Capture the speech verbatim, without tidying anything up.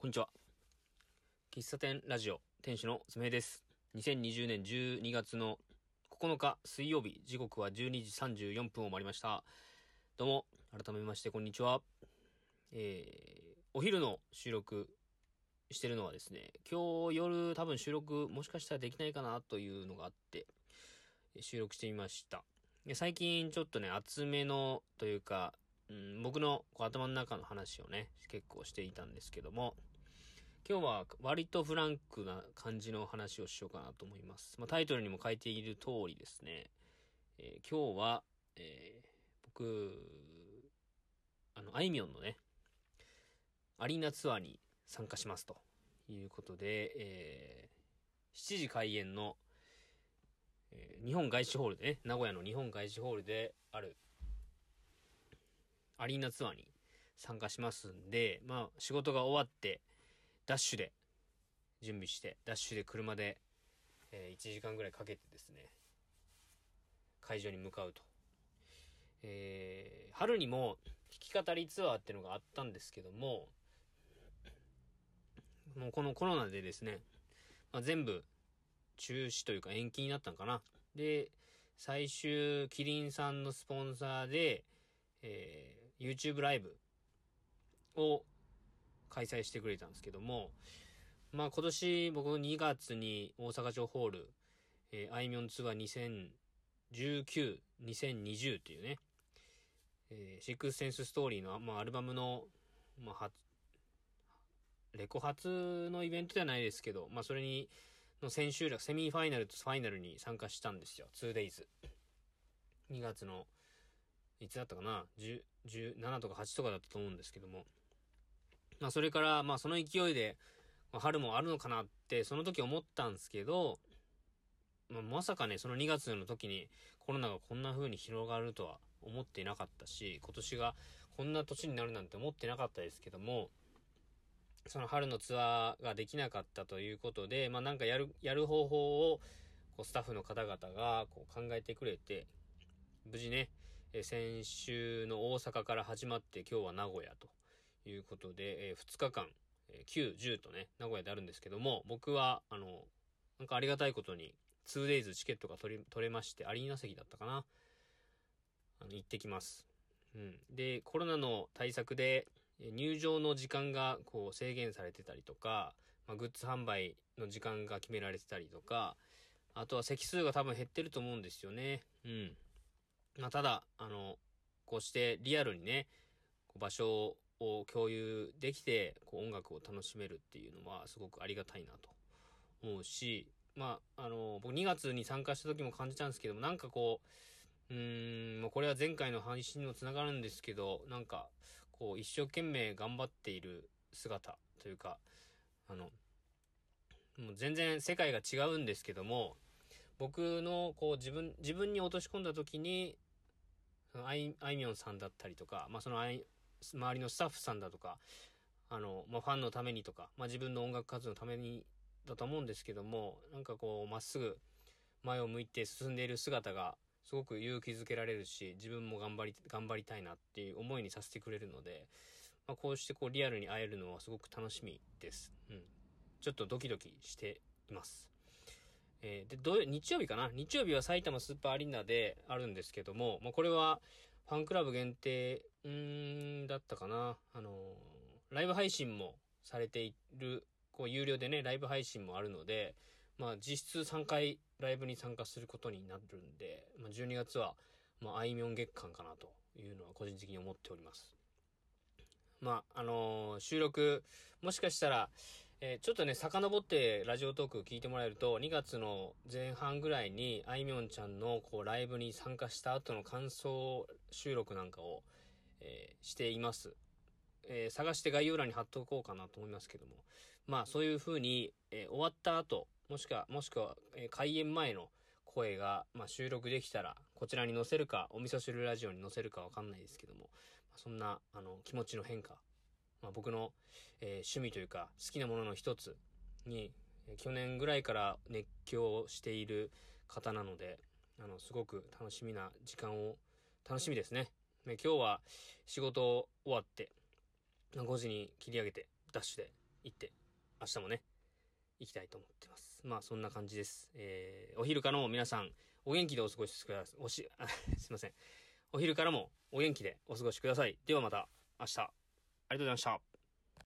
んにちは。喫茶店ラジオ店主のすめです。にせんにじゅうねんじゅうにがつのここのか水曜日、時刻はじゅうにじさんじゅうよんぷんを回りました。どうも改めましてこんにちは。えー、お昼の収録してるのはですね、今日夜多分収録もしかしたらできないかなというのがあって収録してみました。最近ちょっとね厚めのというか、うん、僕のこう頭の中の話をね結構していたんですけども、今日は割とフランクな感じの話をしようかなと思います。まあ、タイトルにも書いている通りですね、えー、今日は、えー、僕あのあいみょんのねアリーナツアーに参加しますということで、えー、しちじ開演の、えー、日本外資ホールでね、名古屋の日本外資ホールであるアリーナツアーに参加しますんで、まあ仕事が終わってダッシュで準備してダッシュで車で、えー、いちじかんぐらいかけてですね会場に向かうと、えー、春にも弾き語りツアーっていうのがあったんですけども、もうこのコロナでですね、まあ、全部中止というか延期になったのかな。で最終キリンさんのスポンサーで、えー、YouTube ライブを開催してくれたんですけども、まあ今年僕にがつに大阪城ホール、えー、あいみょんツアーにせんじゅうきゅう、にせんにじゅうっていうね、えー、シックスセンスストーリーの、まあ、アルバムの、まあ、初、レコ発のイベントではないですけど、まあそれに、の千秋楽、セミファイナルとファイナルに参加したんですよ。ツーデイズ。にがつの、いつだったかな ?じゅう、じゅうななとかはちとかだったと思うんですけども。まあそれから、まあその勢いで、まあ、春もあるのかなって、その時思ったんですけど、まあ、まさかね、そのにがつの時にコロナがこんな風に広がるとは思っていなかったし、今年がこんな年になるなんて思ってなかったですけども、その春のツアーができなかったということで、まあなんかやる、やる方法を、こうスタッフの方々がこう考えてくれて、無事ね、え先週の大阪から始まって今日は名古屋ということで、えふつかかん、きゅう、じゅうとね、名古屋であるんですけども、僕は、あの、なんかありがたいことに、ツーデイズチケットが取り、取れまして、アリーナ席だったかな。あの、行ってきます。うん。で、コロナの対策で、入場の時間がこう制限されてたりとか、まあ、グッズ販売の時間が決められてたりとか、あとは席数が多分減ってると思うんですよね。うん。まあ、ただ、あの、こうしてリアルにね、場所を共有できて、こう音楽を楽しめるっていうのはすごくありがたいなと思うし、まあ、あの、僕にがつに参加した時も感じたんですけども、なんかこう、うーん、もうこれは前回の配信にもつながるんですけど、なんか、こう一生懸命頑張っている姿というか、あの、もう全然世界が違うんですけども、僕のこう自分、自分に落とし込んだ時に、あい、あいみょんさんだったりとか、まあそのあい、周りのスタッフさんだとか、あの、まあファンのためにとか、まあ自分の音楽活動のためにだと思うんですけども、なんかこうまっすぐ前を向いて進んでいる姿がすごく勇気づけられるし、自分も頑張り、頑張りたいなっていう思いにさせてくれるので、まあこうしてこうリアルに会えるのはすごく楽しみです。うん。ちょっとドキドキしています。えー、で、土曜、日曜日かな日曜日は埼玉スーパーアリーナであるんですけども、まあ、これはファンクラブ限定、うーん、だったかなあのー、ライブ配信もされている、こう、有料でね、ライブ配信もあるので、まあ、実質さんかいライブに参加することになるんで、まあ、じゅうにがつは、まあ、あいみょん月間かなというのは個人的に思っております。まあ、あのー、収録、もしかしたら、えー、ちょっとね、遡ってラジオトーク聞いてもらえると、にがつの前半ぐらいに、あいみょんちゃんの、こう、ライブに参加した後の感想収録なんかを、えー、しています。えー、探して概要欄に貼っとこうかなと思いますけども。まあ、そういう風に、えー、終わった後、もしくは、もしくは、えー、開演前の声が、まあ、収録できたら、こちらに載せるか、お味噌汁ラジオに載せるかわかんないですけども、まあ、そんな、あの、気持ちの変化、まあ、僕の、えー、趣味というか、好きなものの一つに、えー、去年ぐらいから熱狂している方なので、あの、すごく楽しみな時間を、楽しみですね。ね今日は仕事終わって、ごじに切り上げて、ダッシュで行って、明日もね、行きたいと思ってます。まあそんな感じです。えー、お昼からも皆さん、お元気でお過ごしください。おし、あすいません。お昼からもお元気でお過ごしください。ではまた明日。ありがとうございました。